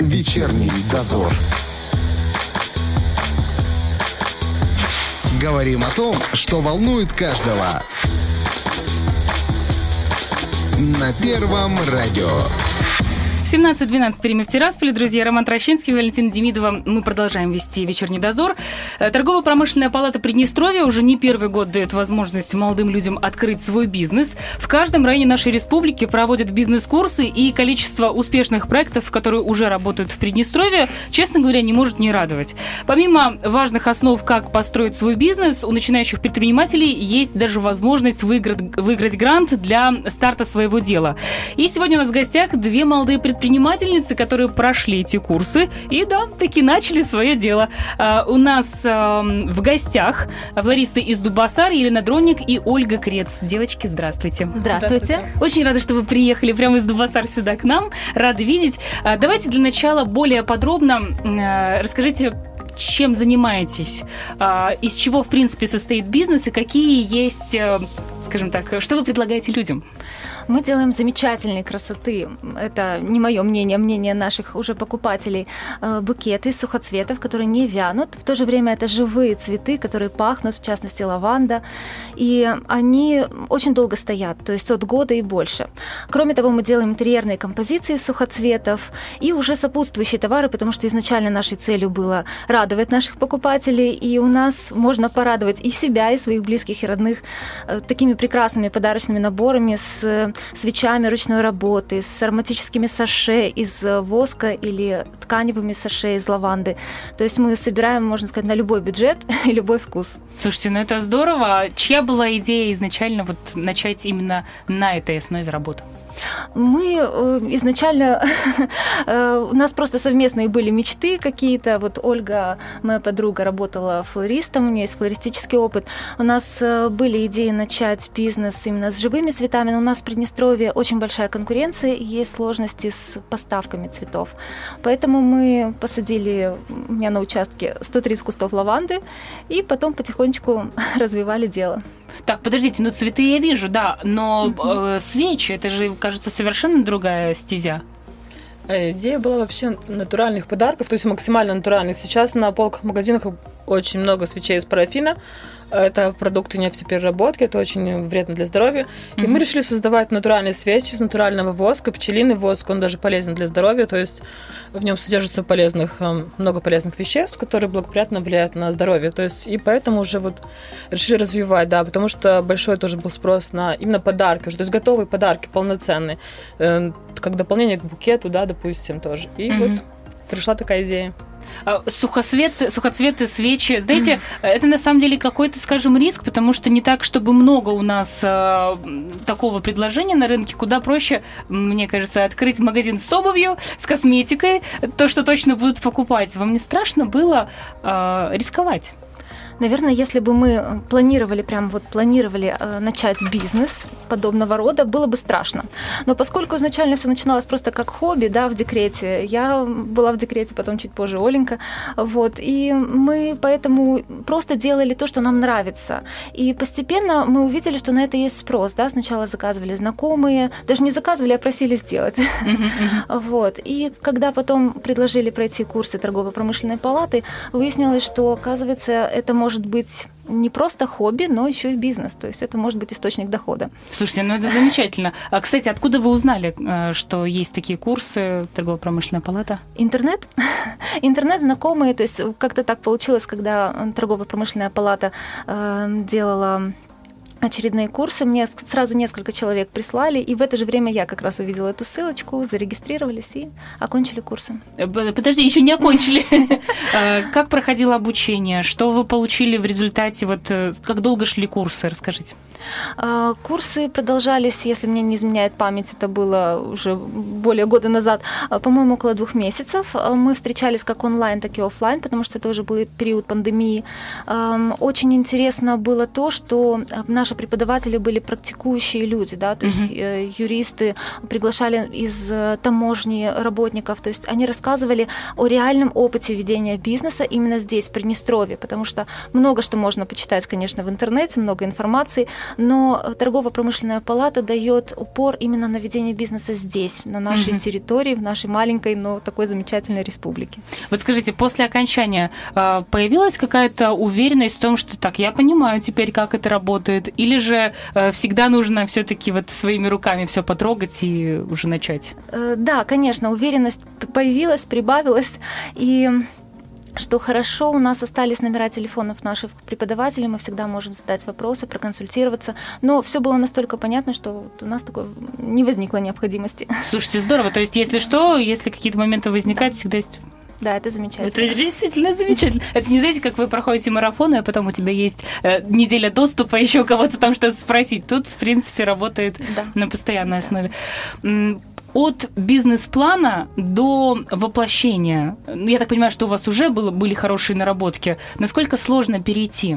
Вечерний дозор. Говорим о том, что волнует каждого. На Первом радио. 17:12 время в Тирасполе. Друзья, Роман Трощинский, Валентина Демидова. Мы продолжаем вести вечерний дозор. Торгово-промышленная палата Приднестровья уже не первый год дает возможность молодым людям открыть свой бизнес. В каждом районе нашей республики проводят бизнес-курсы, и количество успешных проектов, которые уже работают в Приднестровье, честно говоря, не может не радовать. Помимо важных основ, как построить свой бизнес, у начинающих предпринимателей есть даже возможность выиграть грант для старта своего дела. И сегодня у нас в гостях две молодые предпринимательницы, которые прошли эти курсы и, да, таки начали свое дело. У нас в гостях флористы из Дубасара Елена Дронник и Ольга Крец. Девочки, здравствуйте. Здравствуйте. Очень рада, что вы приехали прямо из Дубасара сюда к нам. Рада видеть. Давайте для начала более подробно расскажите, чем занимаетесь, из чего, в принципе, состоит бизнес и какие есть, скажем так, что вы предлагаете людям? Мы делаем замечательной красоты, это не мое мнение, мнение наших уже покупателей, букеты из сухоцветов, которые не вянут. В то же время это живые цветы, которые пахнут, в частности лаванда, и они очень долго стоят, то есть от года и больше. Кроме того, мы делаем интерьерные композиции из сухоцветов и уже сопутствующие товары, потому что изначально нашей целью было радовать наших покупателей, и у нас можно порадовать и себя, и своих близких и родных такими прекрасными подарочными наборами с свечами ручной работы, с ароматическими саше из воска или тканевыми саше из лаванды. То есть мы собираем, можно сказать, на любой бюджет и любой вкус. Слушайте, ну это здорово. Чья была идея изначально вот начать именно на этой основе работу? Мы изначально, у нас просто совместные были мечты какие-то. Вот Ольга, моя подруга, работала флористом, у нее есть флористический опыт. У нас были идеи начать бизнес именно с живыми цветами, но у нас в Приднестровье очень большая конкуренция и есть сложности с поставками цветов. Поэтому мы посадили у меня на участке 130 кустов лаванды и потом потихонечку развивали дело. Так, подождите, ну цветы я вижу, да, но свечи, это же, кажется, совершенно другая стезя. Идея была вообще натуральных подарков, то есть максимально натуральных. Сейчас на полках в магазинах очень много свечей из парафина. Это продукты нефтепереработки, это очень вредно для здоровья. И мы решили создавать натуральные свечи из натурального воска, пчелиный воск, он даже полезен для здоровья, то есть в нем содержится много полезных веществ, которые благоприятно влияют на здоровье. То есть и поэтому уже вот решили развивать, да, потому что большой тоже был спрос на именно подарки, то есть готовые подарки полноценные, как дополнение к букету, да, допустим, тоже. И вот пришла такая идея. Сухоцветы, свечи. Знаете, это на самом деле какой-то, скажем, риск, потому что не так, чтобы много у нас такого предложения на рынке, куда проще, мне кажется, открыть магазин с обувью, с косметикой, то, что точно будут покупать. Вам не страшно было рисковать? Наверное, если бы мы планировали начать бизнес подобного рода, было бы страшно. Но поскольку изначально все начиналось просто как хобби, да, в декрете, я была в декрете, потом чуть позже Оленька, вот, и мы поэтому просто делали то, что нам нравится. И постепенно мы увидели, что на это есть спрос, да, сначала заказывали знакомые, даже не заказывали, а просили сделать. Вот, и когда потом предложили пройти курсы торгово-промышленной палаты, выяснилось, что, оказывается, это может быть не просто хобби, но еще и бизнес. То есть это может быть источник дохода. Слушайте, ну это замечательно. А, кстати, откуда вы узнали, что есть такие курсы, торгово-промышленная палата? Интернет. Интернет, знакомые. То есть как-то так получилось, когда торгово-промышленная палата делала очередные курсы, мне сразу несколько человек прислали, и в это же время я как раз увидела эту ссылочку, зарегистрировались и окончили курсы. Подожди, еще не окончили. Как проходило обучение? Что вы получили в результате? Вот как долго шли курсы? Расскажите. Курсы продолжались, если мне не изменяет память, это было уже более года назад, по-моему, около 2 месяцев. Мы встречались как онлайн, так и офлайн, потому что это уже был период пандемии. Очень интересно было то, что наши преподаватели были практикующие люди, да, то есть юристы, приглашали из таможни работников, то есть они рассказывали о реальном опыте ведения бизнеса именно здесь, в Приднестровье, потому что много что можно почитать, конечно, в интернете, много информации, но торгово-промышленная палата дает упор именно на ведение бизнеса здесь, на нашей территории, в нашей маленькой, но такой замечательной республике. Вот скажите, после окончания появилась какая-то уверенность в том, что так, я понимаю теперь, как это работает, или же всегда нужно все-таки вот своими руками все потрогать и уже начать? Да, конечно, уверенность появилась, прибавилась, и что хорошо, у нас остались номера телефонов наших преподавателей, мы всегда можем задать вопросы, проконсультироваться, но все было настолько понятно, что вот у нас такой не возникло необходимости. Слушайте, здорово, то есть если что, если какие-то моменты возникают, всегда есть... Да, это замечательно. Это действительно замечательно. Это не знаете, как вы проходите марафоны, а потом у тебя есть неделя доступа, еще у кого-то там что-то спросить. Тут, в принципе, работает на постоянной основе. От бизнес-плана до воплощения, я так понимаю, что у вас уже были хорошие наработки. Насколько сложно перейти?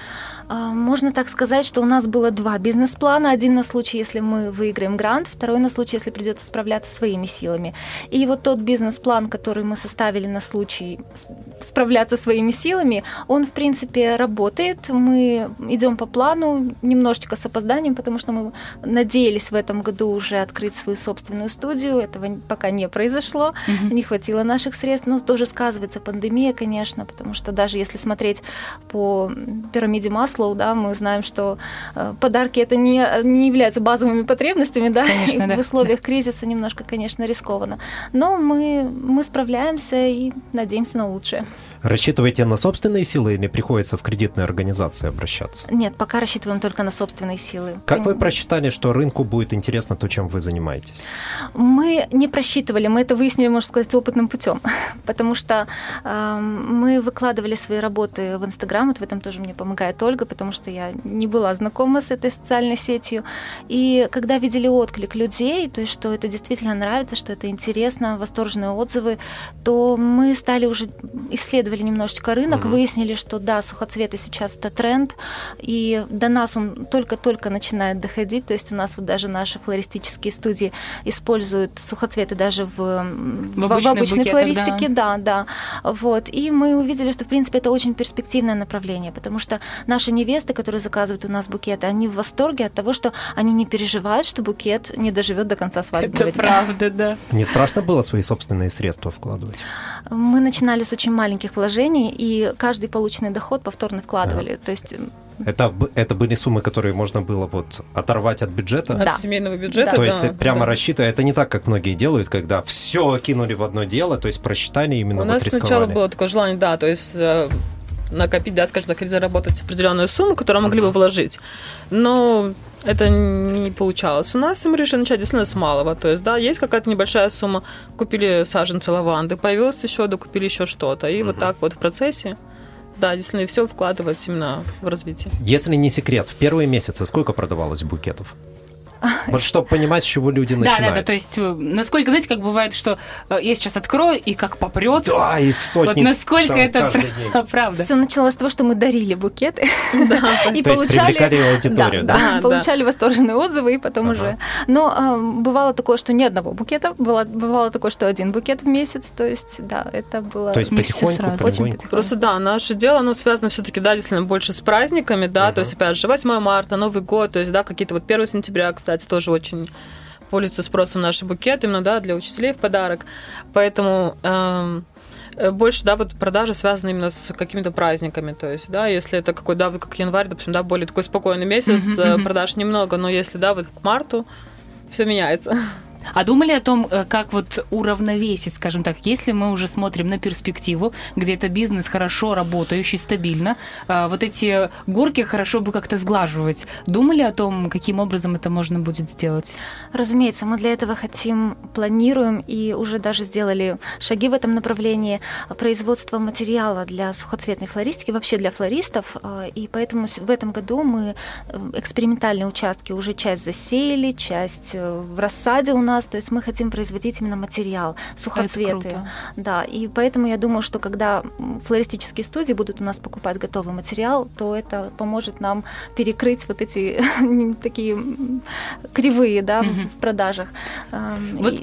Можно так сказать, что у нас было 2 бизнес-плана. Один на случай, если мы выиграем грант, второй на случай, если придется справляться своими силами. И вот тот бизнес-план, который мы составили на случай справляться своими силами, он, в принципе, работает. Мы идем по плану, немножечко с опозданием, потому что мы надеялись в этом году уже открыть свою собственную студию. Этого пока не произошло, не хватило наших средств. Но тоже сказывается пандемия, конечно, потому что даже если смотреть по пирамиде Маслоу, да, мы знаем, что подарки это не являются базовыми потребностями, да, конечно, да. В условиях кризиса немножко, конечно, рискованно. Но мы справляемся и надеемся на лучшее. Рассчитываете на собственные силы или приходится в кредитные организации обращаться? Нет, пока рассчитываем только на собственные силы. Как вы просчитали, что рынку будет интересно то, чем вы занимаетесь? Мы не просчитывали, мы это выяснили, можно сказать, опытным путем, потому что мы выкладывали свои работы в Инстаграм, вот в этом тоже мне помогает Ольга, потому что я не была знакома с этой социальной сетью, и когда видели отклик людей, то есть что это действительно нравится, что это интересно, восторженные отзывы, то мы стали уже исследовать немножечко рынок, выяснили, что да, сухоцветы сейчас это тренд, и до нас он только-только начинает доходить, то есть у нас вот даже наши флористические студии используют сухоцветы даже в обычной флористике, да. Вот. И мы увидели, что в принципе это очень перспективное направление, потому что наши невесты, которые заказывают у нас букеты, они в восторге от того, что они не переживают, что букет не доживет до конца свадебного дня. Это правда, да. Не страшно было свои собственные средства вкладывать? Мы начинали с очень маленьких вложений, и каждый полученный доход повторно вкладывали. То есть... Это были суммы, которые можно было вот оторвать от бюджета? От семейного бюджета, То есть прямо рассчитывая, это не так, как многие делают, когда все кинули в одно дело, то есть просчитали именно вот рисковали. У нас сначала было такое желание, да, то есть накопить, да, скажем так, или заработать определенную сумму, которую могли бы вложить. Но это не получалось у нас, и мы решили начать действительно с малого. То есть, да, есть какая-то небольшая сумма, купили саженцы лаванды, появилось еще, докупили еще что-то. И вот так вот в процессе, да, действительно, все вкладывать именно в развитие. Если не секрет, в первые месяцы сколько продавалось букетов? Вот чтобы понимать, с чего люди начинают. Да, то есть насколько, знаете, как бывает, что я сейчас открою, и как попрет. Да, и сотни. Вот насколько это правда. Все началось с того, что мы дарили букеты. И то есть привлекали аудиторию, да? Получали восторженные отзывы, и потом уже... Но бывало такое, что ни одного букета, бывало такое, что 1 букет в месяц, то есть, да, это было... То есть потихоньку. Просто, да, наше дело, оно связано все-таки, да, действительно, больше с праздниками, да, то есть, опять же, 8 марта, Новый год, то есть, да, какие-то вот 1 сентября, кстати, тоже очень пользуются спросом наши букеты, именно, да, для учителей в подарок. Поэтому больше, да, вот продажи связаны именно с какими-то праздниками. То есть, да, если это какой, да, вот как январь, допустим, да, более такой спокойный месяц, продаж немного, но если, да, вот к марту все меняется. А думали о том, как вот уравновесить, скажем так, если мы уже смотрим на перспективу, где это бизнес хорошо работающий, стабильно, вот эти горки хорошо бы как-то сглаживать. Думали о том, каким образом это можно будет сделать? Разумеется, мы для этого хотим, планируем и уже даже сделали шаги в этом направлении. Производство материала для сухоцветной флористики, вообще для флористов, и поэтому в этом году мы экспериментальные участки уже часть засеяли, часть в рассаде у нас, то есть мы хотим производить именно материал, сухоцветы. Да, и поэтому я думаю, что когда флористические студии будут у нас покупать готовый материал, то это поможет нам перекрыть вот эти такие кривые, да, в продажах.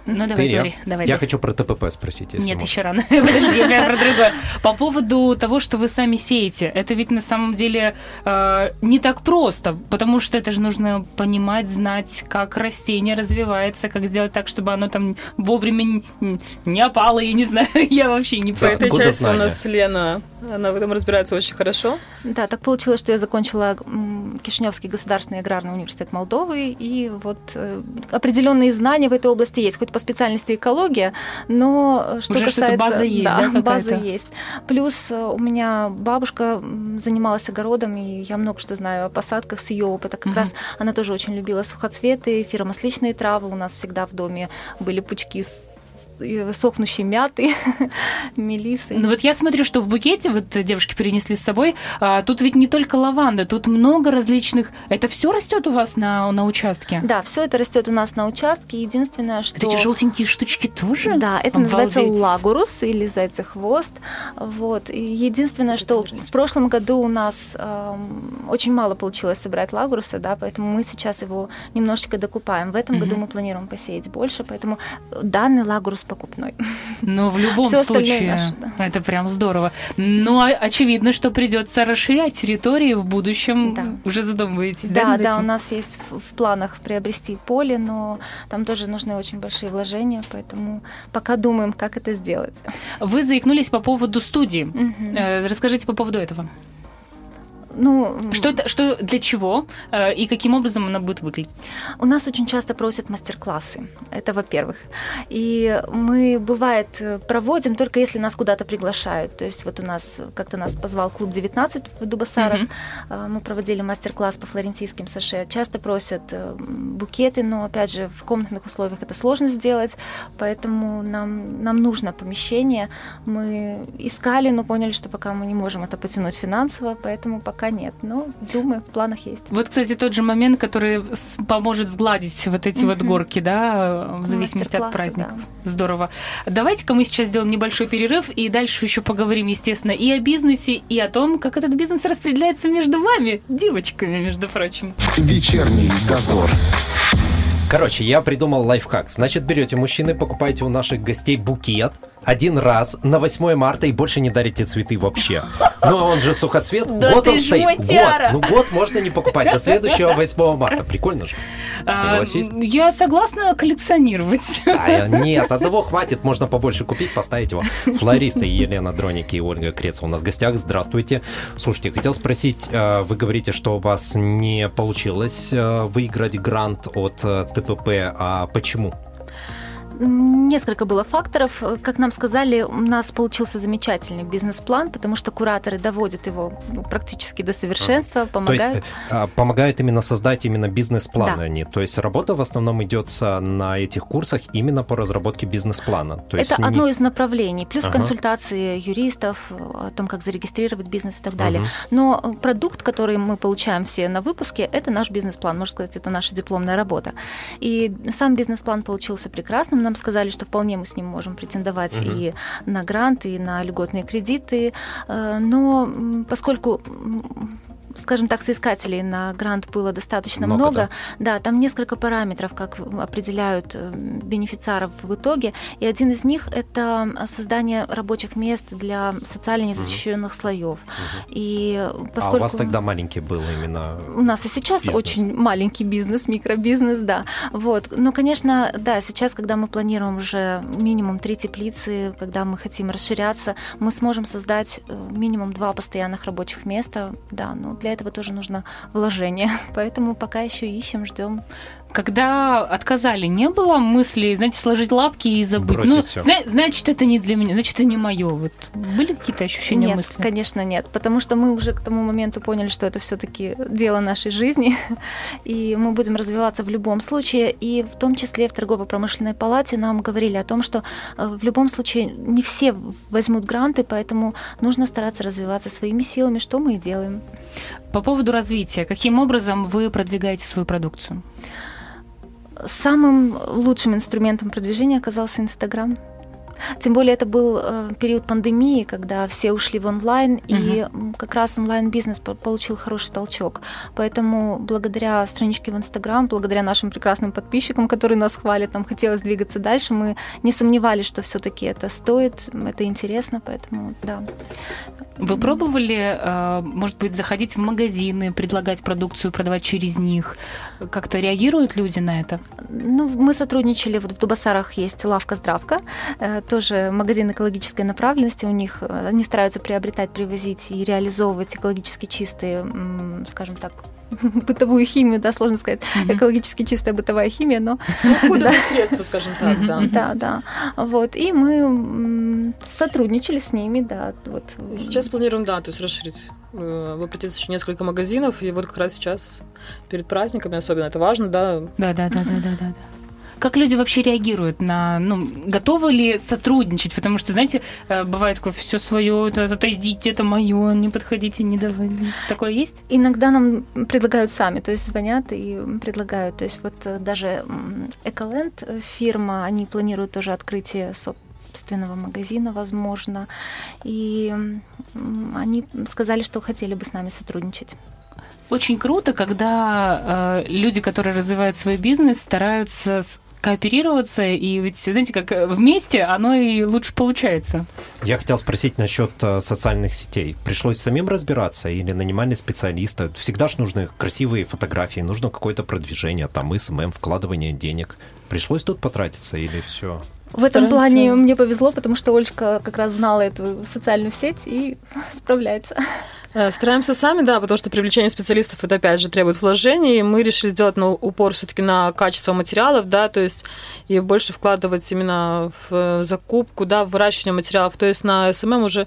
Ну, давай, говори. Давай. Я хочу про ТПП спросить, если Нет, можно. еще рано. Подожди, я про другое. По поводу того, что вы сами сеете, это ведь на самом деле не так просто, потому что это же нужно понимать, знать, как растение развивается, как сделать так, чтобы оно там вовремя не опало, я не знаю, я вообще не По понимаю. этой Откуда части знания? у нас Лена, она в этом разбирается очень хорошо. Да, так получилось, что я закончила Кишиневский государственный аграрный университет Молдовы, и вот определенные знания в этой области есть, хоть по специальности экология, но что уже касается... что-то база есть, да, база есть. Плюс у меня бабушка занималась огородом, и я много что знаю о посадках с ее опыта. Как раз она тоже очень любила сухоцветы, эфиромасличные травы. У нас всегда в доме были пучки сохнущей мяты, мелисы. Ну вот я смотрю, что в букете, вот девушки перенесли с собой, тут ведь не только лаванда, тут много различных... Это все растет у вас на участке? Да, все это растет у нас на участке. Единственное, что... Эти желтенькие штучки тоже? Да, это Обалдеть. называется лагурус или зайцый хвост. Вот. И единственное, что в прошлом году у нас очень мало получилось собрать лагуруса, да, поэтому мы сейчас его немножечко докупаем. В этом году мы планируем посеять больше, поэтому данный лагурус покупной. Но в любом Всё остальное случае, наше, да. это прям здорово. Но очевидно, что придется расширять территории в будущем. Да. Уже задумываетесь, да? Да, над да, этим? у нас есть в планах приобрести поле, но там тоже нужны очень большие вложения, поэтому пока думаем, как это сделать. Вы заикнулись по поводу студии. Расскажите по поводу этого. Ну, Что для чего и каким образом она будет выглядеть? у нас очень часто просят мастер-классы. Это во-первых. И мы, бывает, проводим только если нас куда-то приглашают. То есть вот у нас, как-то нас позвал клуб 19 в Дубасарах. Мы проводили мастер-класс по флорентийским саше. Часто просят букеты, но, опять же, в комнатных условиях это сложно сделать, поэтому нам нужно помещение. Мы искали, но поняли, что пока мы не можем это потянуть финансово, поэтому пока нет. Но, думаю, в планах есть. Вот, кстати, тот же момент, который поможет сгладить вот эти вот горки, да, в зависимости от Мастер-классы, праздников. Здорово. Давайте-ка мы сейчас сделаем небольшой перерыв, и дальше еще поговорим, естественно, и о бизнесе, и о том, как этот бизнес распределяется между вами, девочками, между прочим. Вечерний дозор. Короче, я придумал лайфхак. Значит, берете мужчины, покупаете у наших гостей букет один раз на 8 марта и больше не дарите цветы вообще. Ну, он же сухоцвет, Да год ты он ж стоит. мутяра. Год можно не покупать, до следующего 8 марта. Прикольно же. Согласись? Я согласна коллекционировать. Нет, одного хватит, можно побольше купить, поставить его. Флористы Елена Дроники и Ольга Крецова у нас в гостях. Здравствуйте. Слушайте, хотел спросить, вы говорите, что у вас не получилось выиграть грант от ТПП, а почему? Несколько было факторов. Как нам сказали, у нас получился замечательный бизнес-план, потому что кураторы доводят его практически до совершенства, помогают. То есть помогают именно создать именно бизнес-планы Да. они. То есть работа в основном идется на этих курсах именно по разработке бизнес-плана. То есть Это одно из направлений, плюс Ага. консультации юристов о том, как зарегистрировать бизнес и так далее. Но продукт, который мы получаем все на выпуске, это наш бизнес-план, можно сказать, это наша дипломная работа. И сам бизнес-план получился прекрасным. Нам сказали, что вполне мы с ним можем претендовать и на грант, и на льготные кредиты. Но поскольку, скажем так, соискателей на грант было достаточно много. Да, там несколько параметров, как определяют бенефициаров в итоге. И один из них – это создание рабочих мест для социально незащищенных слоев. И поскольку... А у вас тогда маленький был именно У нас и сейчас бизнес. очень маленький бизнес, микробизнес, да. Вот. Но, конечно, да, сейчас, когда мы планируем уже минимум 3 теплицы, когда мы хотим расширяться, мы сможем создать минимум 2 постоянных рабочих места, да, но для этого тоже нужно вложение. Поэтому пока еще ищем, ждем. Когда отказали, не было мысли, знаете, сложить лапки и забыть? Бросить Ну, всё. Значит, это не для меня, значит, это не мое. Вот были какие-то ощущения, Нет, мысли? конечно, нет, потому что мы уже к тому моменту поняли, что это все-таки дело нашей жизни, и мы будем развиваться в любом случае, и в том числе в торгово-промышленной палате нам говорили о том, что в любом случае не все возьмут гранты, поэтому нужно стараться развиваться своими силами, что мы и делаем. По поводу развития, каким образом вы продвигаете свою продукцию? Самым лучшим инструментом продвижения оказался Инстаграм. Тем более это был период пандемии, когда все ушли в онлайн, и как раз онлайн-бизнес получил хороший толчок. Поэтому благодаря страничке в Инстаграм, благодаря нашим прекрасным подписчикам, которые нас хвалят, нам хотелось двигаться дальше, мы не сомневались, что все-таки это стоит, это интересно, поэтому да. Вы пробовали, может быть, заходить в магазины, предлагать продукцию, продавать через них? Как-то реагируют люди на это? Ну, мы сотрудничали, вот в Дубасарах есть лавка-здравка, тоже магазин экологической направленности у них. Они стараются приобретать, привозить и реализовывать экологически чистые, скажем так, бытовую химию, да, сложно сказать, экологически чистая бытовая химия, но... Уходовые средства, скажем так, да. Да. Вот, и мы сотрудничали с ними, да. Вот. Сейчас планируем, да, то есть расширить, обратиться еще несколько магазинов, и вот как раз сейчас перед праздниками особенно это важно, да. Да. Как люди вообще реагируют на, готовы ли сотрудничать? Потому что, знаете, бывает такое, все свое, отойдите, это мое, не подходите, не давайте. Такое есть? Иногда нам предлагают сами, то есть звонят и предлагают. То есть вот даже Эколенд фирма, они планируют тоже открытие собственного магазина, возможно. И они сказали, что хотели бы с нами сотрудничать. Очень круто, когда люди, которые развивают свой бизнес, стараются кооперироваться, и ведь, знаете, как вместе оно и лучше получается. Я хотел спросить насчет социальных сетей. Пришлось самим разбираться или нанимали специалиста? Всегда же нужны красивые фотографии, нужно какое-то продвижение, там СММ, вкладывание денег. Пришлось тут потратиться или все? В этом плане мне повезло, потому что Олечка как раз знала эту социальную сеть и справляется. Стараемся сами, да, потому что привлечение специалистов, это опять же требует вложений. Мы решили сделать упор все-таки на качество материалов, да, то есть и больше вкладывать именно в закупку, да, в выращивание материалов. То есть на СММ уже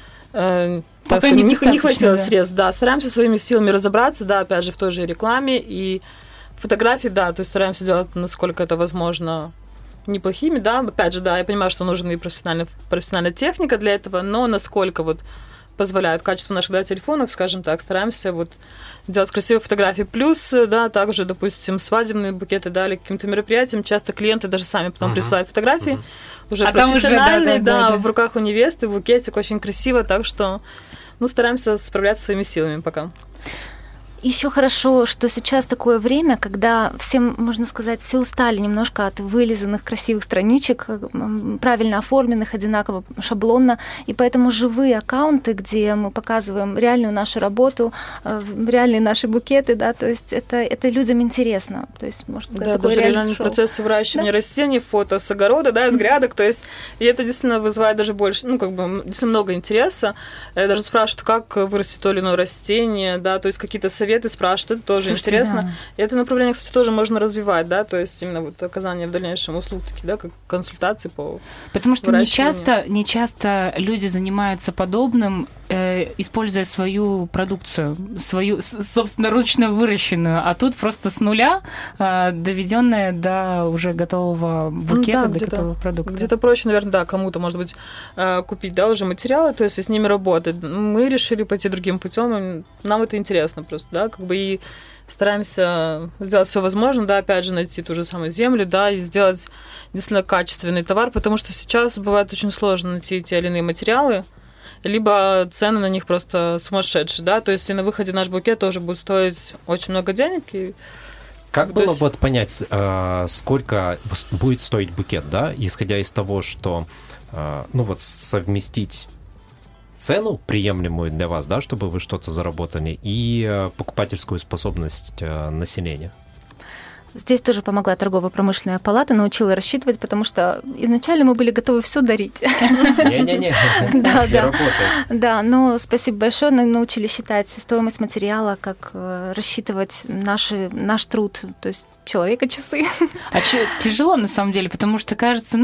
не хватило средств, да. Стараемся своими силами разобраться, да, опять же, в той же рекламе и фотографии, да, то есть стараемся делать, насколько это возможно, неплохими, да. Опять же, да, я понимаю, что нужна и профессиональная техника для этого, но насколько вот позволяет качество наших телефонов, скажем так, стараемся вот делать красивые фотографии. Плюс, да, также, допустим, свадебные букеты, да, или каким-то мероприятиям, часто клиенты даже сами потом присылают фотографии, уже профессиональные, да, в руках у невесты, букетик очень красиво, так что, стараемся справляться своими силами пока. Еще хорошо, что сейчас такое время, когда всем, можно сказать, все устали немножко от вылизанных красивых страничек, правильно оформленных, одинаково, шаблонно, и поэтому живые аккаунты, где мы показываем реальную нашу работу, реальные наши букеты, да, то есть это людям интересно, то есть, можно сказать, да, такой даже реальный процесс выращивания растений, фото с огорода, да, с грядок, то есть, и это действительно вызывает даже больше, действительно много интереса. Я даже спрашивают, как вырастить то или иное растение, да, то есть какие-то советы спрашивают, это тоже интересно. Да. И это направление, кстати, тоже можно развивать, да, то есть именно вот оказание в дальнейшем услуг, такие, да, как консультации по Потому что не часто люди занимаются подобным, используя свою продукцию, свою собственноручно выращенную, а тут просто с нуля доведенная до уже готового букета, до готового продукта. Где-то проще, наверное, да, кому-то, может быть, купить, да, уже материалы, то есть и с ними работать. Мы решили пойти другим путем, нам это интересно просто, да, как бы и стараемся сделать все возможное, да, опять же, найти ту же самую землю, да, и сделать действительно качественный товар, потому что сейчас бывает очень сложно найти те или иные материалы, либо цены на них просто сумасшедшие, да, то есть и на выходе наш букет тоже будет стоить очень много денег. И как было вот понять, сколько будет стоить букет, да, исходя из того, что, совместить цену, приемлемую для вас, да, чтобы вы что-то заработали, и покупательскую способность населения? Здесь тоже помогла торгово-промышленная палата, научила рассчитывать, потому что изначально мы были готовы все дарить. Не работает. Да, но спасибо большое, научили считать стоимость материала, как рассчитывать наш труд, то есть человека часы. А тяжело на самом деле, потому что кажется,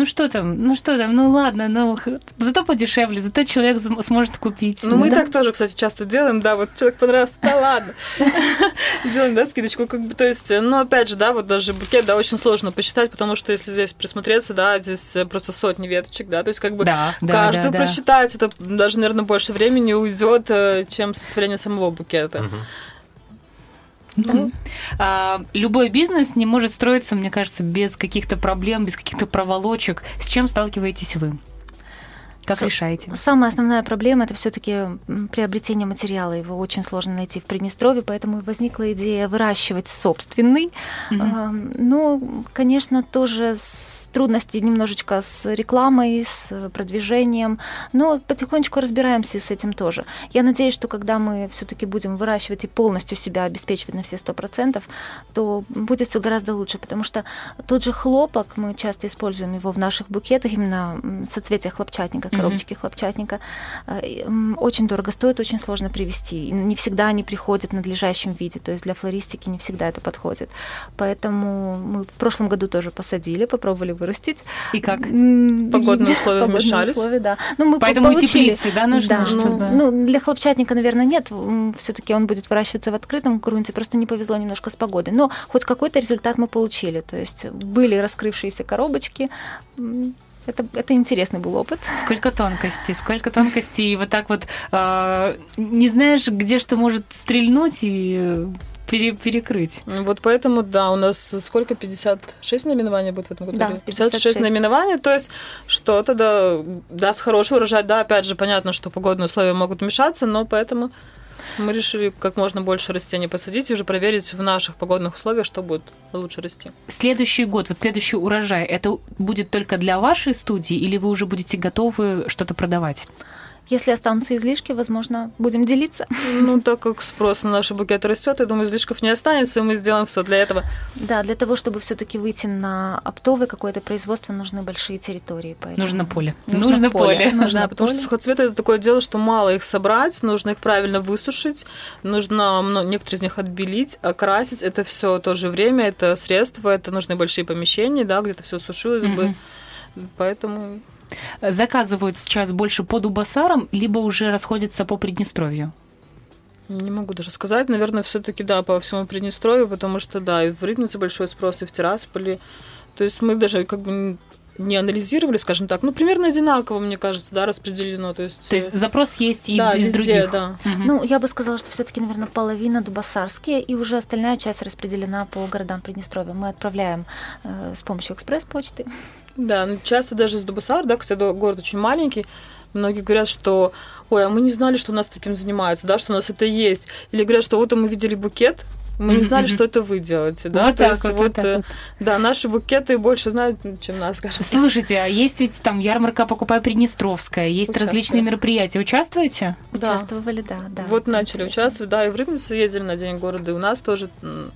ладно, зато подешевле, зато человек сможет купить. Мы так тоже, кстати, часто делаем, да, вот человек понравился, да ладно, делаем, да, скидочку, как бы, то есть, опять же, да, вот даже букет, да, очень сложно посчитать, потому что если здесь присмотреться, да, здесь просто сотни веточек, да, то есть как бы каждую просчитать, это даже, наверное, больше времени уйдет, чем составление самого букета. Любой бизнес не может строиться, мне кажется, без каких-то проблем, без каких-то проволочек. С чем сталкиваетесь вы? Как решаете? Самая основная проблема – это все-таки приобретение материала. Его очень сложно найти в Приднестровье, поэтому и возникла идея выращивать собственный. Но, конечно, тоже трудности немножечко с рекламой, с продвижением, но потихонечку разбираемся с этим тоже. Я надеюсь, что когда мы все-таки будем выращивать и полностью себя обеспечивать на все 100%, то будет все гораздо лучше, потому что тот же хлопок, мы часто используем его в наших букетах, именно соцветия хлопчатника, коробочки хлопчатника, очень дорого стоит, очень сложно привезти. И не всегда они приходят в надлежащем виде, то есть для флористики не всегда это подходит. Поэтому мы в прошлом году тоже посадили, попробовали вырастить. И как? Погодные условия вмешались. Да. Ну, мы поэтому получили, теплицы, да, нужно, да, чтобы... Ну, для хлопчатника, наверное, нет. Все-таки он будет выращиваться в открытом грунте. Просто не повезло немножко с погодой. Но хоть какой-то результат мы получили. То есть были раскрывшиеся коробочки. Это интересный был опыт. Сколько тонкостей. И вот так вот не знаешь, где что может стрельнуть и перекрыть. Вот поэтому, да, у нас сколько, 56 наименований будет в этом году? Да, 56 наименований, то есть что-то даст хороший урожай. Да, опять же, понятно, что погодные условия могут вмешаться, но поэтому мы решили как можно больше растений посадить и уже проверить в наших погодных условиях, что будет лучше расти. Следующий год, вот следующий урожай, это будет только для вашей студии или вы уже будете готовы что-то продавать? Если останутся излишки, возможно, будем делиться. Ну, так как спрос на наши букеты растет, я думаю, излишков не останется, и мы сделаем все для этого. Да, для того, чтобы все-таки выйти на оптовое какое-то производство, нужны большие территории. Поэтому... Нужно поле. Нужно поле. Да, потому что сухоцветы – это такое дело, что мало их собрать, нужно их правильно высушить, нужно некоторые из них отбелить, окрасить. Это все тоже время, это средства, это нужны большие помещения, да, где-то все сушилось бы. Поэтому... Заказывают сейчас больше по Дубосарам, либо уже расходятся по Приднестровью? Не могу даже сказать. Наверное, все-таки да, по всему Приднестровью, потому что да, и в Рыбнице большой спрос, и в Тирасполе. То есть мы даже как бы не анализировали, скажем так, ну, примерно одинаково, мне кажется, да, распределено. То есть запрос есть и да, из везде, других? Да. Ну, я бы сказала, что все-таки, наверное, половина дубосарские, и уже остальная часть распределена по городам Приднестровья. Мы отправляем с помощью экспресс-почты. Да, часто даже с Дубосар, да, кстати, город очень маленький, многие говорят, что ой, а мы не знали, что у нас таким занимаются, да, что у нас это есть. Или говорят, что вот мы видели букет, мы не знали, что это вы делаете. Да? Вот То так есть вот. Да, наши букеты больше знают, чем нас, скажем. Слушайте, а есть ведь там ярмарка «Покупай Приднестровская», есть различные мероприятия. Участвуете? Да. Участвовали, да. Вот начали участвовать, да, и в Рыбнице ездили на День города, и у нас тоже...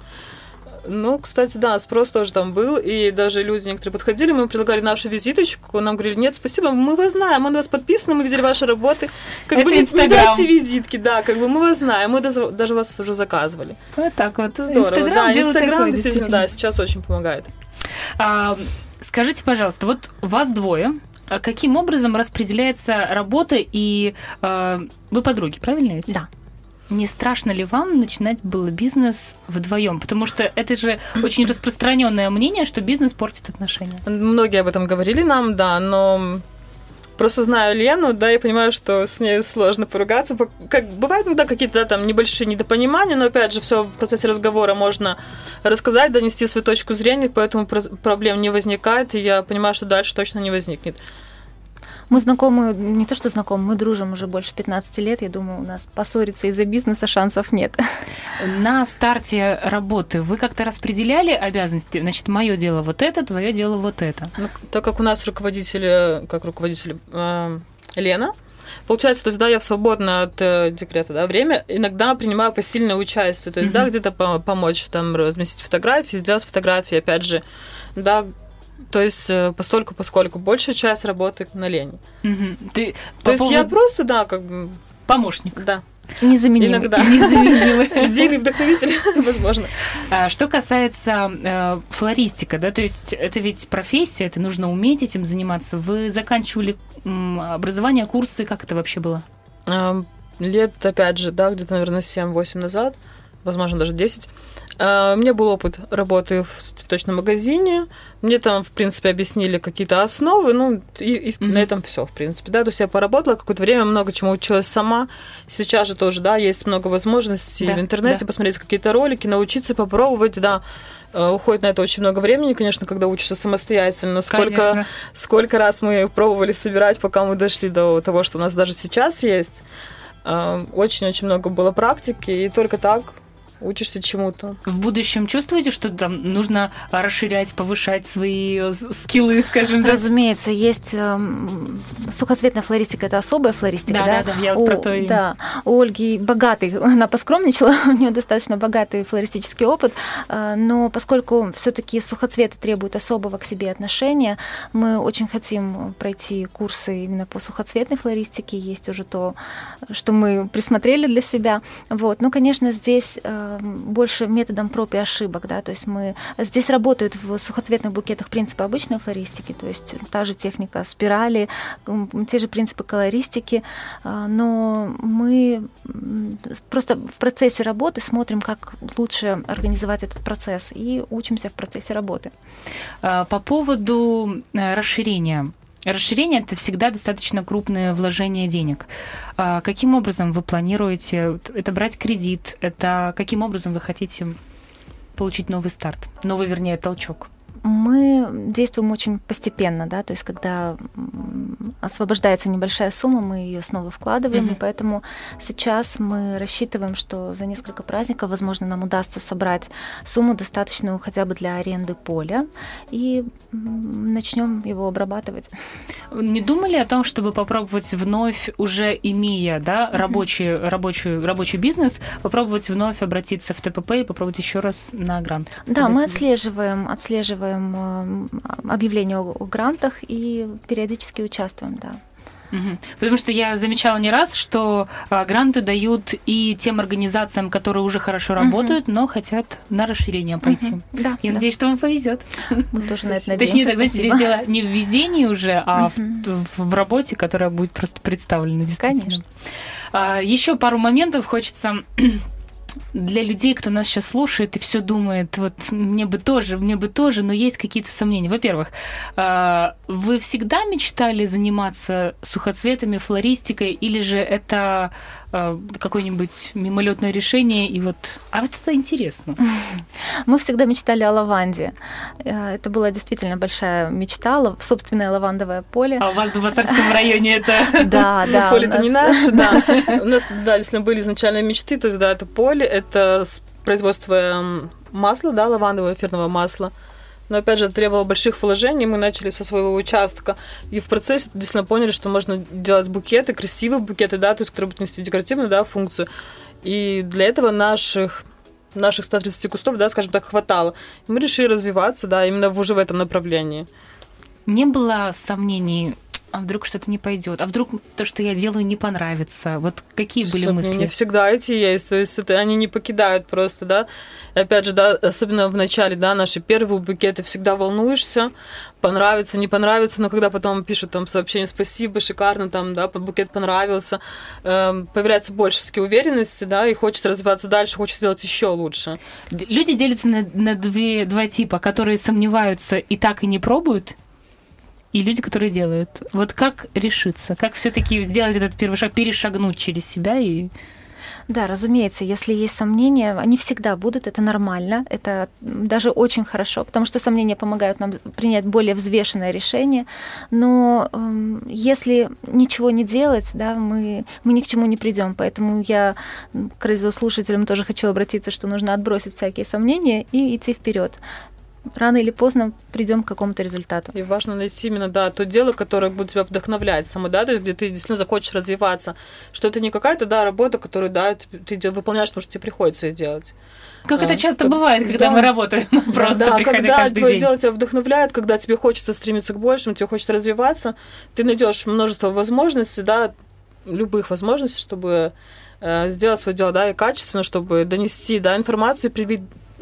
Ну, кстати, да, спрос тоже там был, и даже люди некоторые подходили, мы предлагали нашу визиточку, нам говорили, нет, спасибо, мы вас знаем, мы на вас подписаны, мы видели ваши работы, как это бы не Инстаграм. дайте визитки, да, как бы мы вас знаем, мы даже вас уже заказывали. Вот так вот. Это здорово, Инстаграм Инстаграм действительно, да, сейчас очень помогает. Скажите, пожалуйста, вот вас двое, каким образом распределяется работа, и вы подруги, правильно ведь? Да. Не страшно ли вам начинать было бизнес вдвоем? Потому что это же очень распространенное мнение, что бизнес портит отношения. Многие об этом говорили нам, да, но просто знаю Лену, да, и понимаю, что с ней сложно поругаться. Как бывают иногда какие-то там небольшие недопонимания, но опять же все в процессе разговора можно рассказать, донести свою точку зрения, поэтому проблем не возникает, и я понимаю, что дальше точно не возникнет. Мы знакомы, не то что знакомы, мы дружим уже больше 15 лет. Я думаю, у нас поссориться из-за бизнеса шансов нет. На старте работы вы как-то распределяли обязанности? Значит, мое дело вот это, твое дело вот это. Ну, так как у нас руководитель Лена, получается, то есть, да, я в свободное от декрета, да, время иногда принимаю посильное участие, то есть, да, где-то помочь, там, разместить фотографии, сделать фотографии, опять же, да, то есть, поскольку большая часть работы на Лене. То есть, я просто, да, как бы... Помощник. Да. Незаменимый. Иногда. Незаменимый. Идейный вдохновитель, возможно. Что касается флористика, да, то есть это ведь профессия, это нужно уметь этим заниматься. Вы заканчивали образование, курсы, как это вообще было? Лет, опять же, да, где-то, наверное, 7-8 назад, возможно, даже 10. У меня был опыт работы в цветочном магазине. Мне там, в принципе, объяснили какие-то основы, ну, и на этом все, в принципе, да. То есть я поработала какое-то время, много чему училась сама. Сейчас же тоже, да, есть много возможностей в интернете посмотреть какие-то ролики, научиться, попробовать, да. Уходит на это очень много времени, конечно, когда учишься самостоятельно. Сколько раз мы пробовали собирать, пока мы дошли до того, что у нас даже сейчас есть. Очень-очень много было практики, и только так учишься чему-то. В будущем чувствуете, что там нужно расширять, повышать свои скиллы, скажем так? Разумеется, есть сухоцветная флористика, это особая флористика, да? Да, я про то и... Да, у Ольги богатый, она поскромничала, у нее достаточно богатый флористический опыт, но поскольку все-таки сухоцветы требуют особого к себе отношения, мы очень хотим пройти курсы именно по сухоцветной флористике, есть уже то, что мы присмотрели для себя. Вот. Ну, конечно, здесь больше методом проб и ошибок, да, то есть здесь работают в сухоцветных букетах принципы обычной флористики, то есть та же техника спирали, те же принципы колористики, но мы просто в процессе работы смотрим, как лучше организовать этот процесс, и учимся в процессе работы. По поводу расширения. Расширение – это всегда достаточно крупное вложение денег. Каким образом вы планируете это брать кредит? Это каким образом вы хотите получить новый старт? Новый, вернее, толчок? Мы действуем очень постепенно, да, то есть когда освобождается небольшая сумма, мы ее снова вкладываем, и поэтому сейчас мы рассчитываем, что за несколько праздников, возможно, нам удастся собрать сумму достаточную хотя бы для аренды поля, и начнем его обрабатывать. Не думали о том, чтобы попробовать вновь, уже имея, да, рабочий бизнес, попробовать вновь обратиться в ТПП и попробовать еще раз на грант? Да, мы отслеживаем объявления о грантах и периодически участвуем, да. Потому что я замечала не раз, что гранты дают и тем организациям, которые уже хорошо работают, но хотят на расширение пойти. Да, я надеюсь, что вам повезет. Мы тоже на это надеемся. Точнее, тогда здесь дело не в везении уже, а в работе, которая будет просто представлена действительно. Конечно. Еще пару моментов хочется... Для людей, кто нас сейчас слушает и все думает, вот мне бы тоже, но есть какие-то сомнения. Во-первых, вы всегда мечтали заниматься сухоцветами, флористикой, или же это какое-нибудь мимолетное решение, и вот это интересно? Мы всегда мечтали о лаванде. Это была действительно большая мечта, собственное лавандовое поле. А у вас в Дубосарском районе это... Да. Поле-то не наше, да. У нас, да, если были изначально мечты, то есть, да, это поле, это производство масла, да, лавандового эфирного масла. Но, опять же, это требовало больших вложений. Мы начали со своего участка. И в процессе действительно поняли, что можно делать букеты, красивые букеты, да, то есть, которые будут нести декоративную, да, функцию. И для этого наших 130 кустов, да, скажем так, хватало. И мы решили развиваться, да, именно уже в этом направлении. Не было сомнений, а вдруг что-то не пойдет, а вдруг то, что я делаю, не понравится. Вот какие были мысли? Не всегда эти есть, то есть они не покидают просто, да. И опять же, да, особенно в начале, да, наши первые букеты, всегда волнуешься, понравится, не понравится, но когда потом пишут там сообщение «спасибо, шикарно», там, да, букет понравился, появляется больше все-таки уверенности, да, и хочется развиваться дальше, хочется сделать еще лучше. Люди делятся на два типа, которые сомневаются и так и не пробуют, и люди, которые делают. Вот как решиться? Как все-таки сделать этот первый шаг, перешагнуть через себя и... Да, разумеется, если есть сомнения, они всегда будут, это нормально, это даже очень хорошо, потому что сомнения помогают нам принять более взвешенное решение, но если ничего не делать, да, мы ни к чему не придем, поэтому я к радиослушателям тоже хочу обратиться, что нужно отбросить всякие сомнения и идти вперед. Рано или поздно придем к какому-то результату. И важно найти именно, да, то дело, которое будет тебя вдохновлять само, да, то есть где ты действительно захочешь развиваться, что это не какая-то, да, работа, которую, да, ты выполняешь, потому что тебе приходится ее делать. Как это часто бывает, когда мы работаем, просто приходя когда каждый твое день. дело тебя вдохновляет, когда тебе хочется стремиться к большему, тебе хочется развиваться, ты найдешь множество возможностей, да, любых возможностей, чтобы сделать свое дело, да, и качественно, чтобы донести, да, информацию,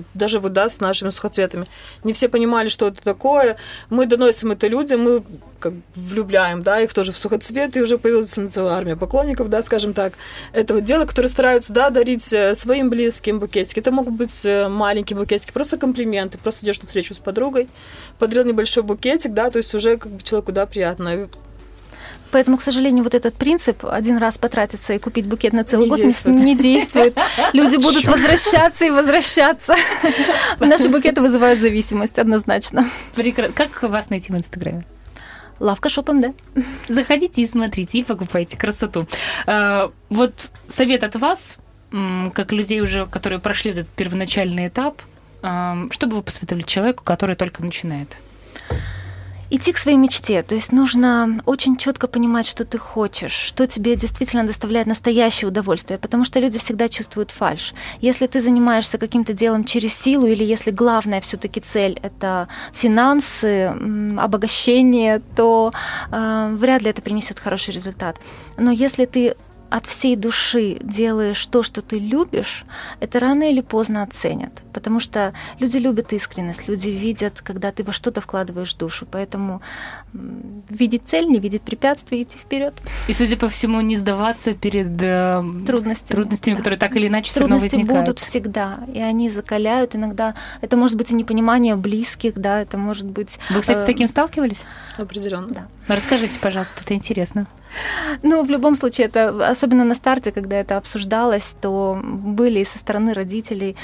даже вот, да, с нашими сухоцветами. Не все понимали, что это такое. Мы доносим это людям, мы как влюбляем, да, их тоже в сухоцвет, и уже появилась целая армия поклонников, да, скажем так, этого дела, которые стараются, да, дарить своим близким букетики. Это могут быть маленькие букетики, просто комплименты, просто идешь на встречу с подругой, подарил небольшой букетик, да, то есть уже как бы человеку, да, приятно. Поэтому, к сожалению, вот этот принцип один раз потратиться и купить букет на целый год действует. не действует. Люди будут возвращаться и возвращаться. Наши букеты вызывают зависимость, однозначно. Прекрасно. Как вас найти в Инстаграме? Лавка Shop MD. Заходите и смотрите, и покупайте красоту. Вот совет от вас, как людей уже, которые прошли этот первоначальный этап, что бы вы посоветовали человеку, который только начинает? Идти к своей мечте, то есть нужно очень четко понимать, что ты хочешь, что тебе действительно доставляет настоящее удовольствие, потому что люди всегда чувствуют фальшь. Если ты занимаешься каким-то делом через силу, или если главная все-таки цель — это финансы, обогащение, то вряд ли это принесет хороший результат. Но если ты от всей души делаешь то, что ты любишь, это рано или поздно оценят. Потому что люди любят искренность, люди видят, когда ты во что-то вкладываешь душу. Поэтому видеть цель, не видеть препятствий, идти вперед. И, судя по всему, не сдаваться перед трудностями, да, которые так или иначе все равно возникают. Трудности будут всегда, и они закаляют. Иногда это может быть и непонимание близких, да, это может быть... Вы, кстати, с таким сталкивались? Определенно. Да. Расскажите, пожалуйста, это интересно. Ну, в любом случае, это, особенно на старте, когда это обсуждалось, то были и со стороны родителей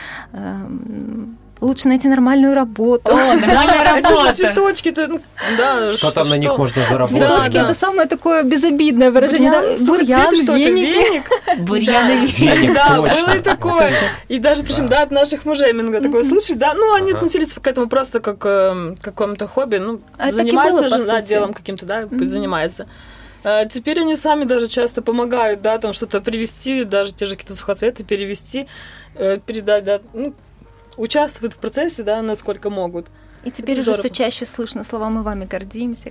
лучше найти нормальную работу. О, нормальная Это же работа. цветочки, да. Что там на них можно заработать? Цветочки — Да. это самое такое безобидное выражение. Да? Бурьян, веники. Бурьян и веник. Веник, Да, точно. было и такое. И даже, причем, да, от наших мужей мы иногда такое слышали, да, ну, они относились к этому просто как к какому-то хобби, ну, А так и занимается было, по жена сути. делом каким-то, да, пусть занимается. А теперь они сами даже часто помогают, да, там что-то привезти, даже те же какие-то сухоцветы перевести, передать, да, ну, участвуют в процессе, да, насколько могут. И теперь уже Здорово. все чаще слышно слова «мы вами гордимся».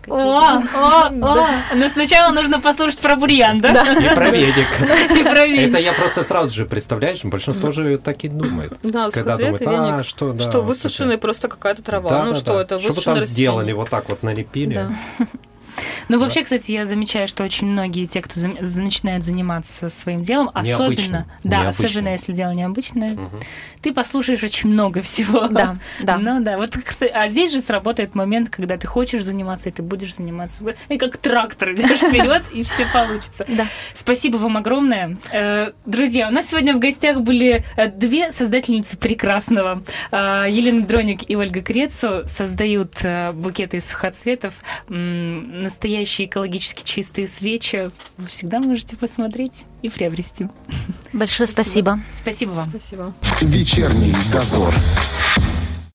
Но сначала нужно послушать про бурьян, да? И про веник. И про веник. Это я просто сразу же, представляешь, большинство же так и думает. Да, Когда сухоцветы, думают, веник, что, да, что вот высушенная просто какая-то трава, Да, ну да, что да. это, Что вы высушенное там растение. сделали, вот так вот налепили. Да. Ну, вообще, кстати, я замечаю, что очень многие те, кто начинают заниматься своим делом, Необычным. особенно если дело необычное, ты послушаешь очень много всего. Да, да. Ну да, вот, а здесь же сработает момент, когда ты хочешь заниматься, и ты будешь заниматься. И как трактор идешь вперед, и все получится. Да. Спасибо вам огромное. Друзья, у нас сегодня в гостях были две создательницы прекрасного. Елена Дроник и Ольга Крецу создают букеты из сухоцветов, настоящие экологически чистые свечи. Вы всегда можете посмотреть и приобрести. Большое спасибо. Спасибо вам. Спасибо. Вечерний дозор.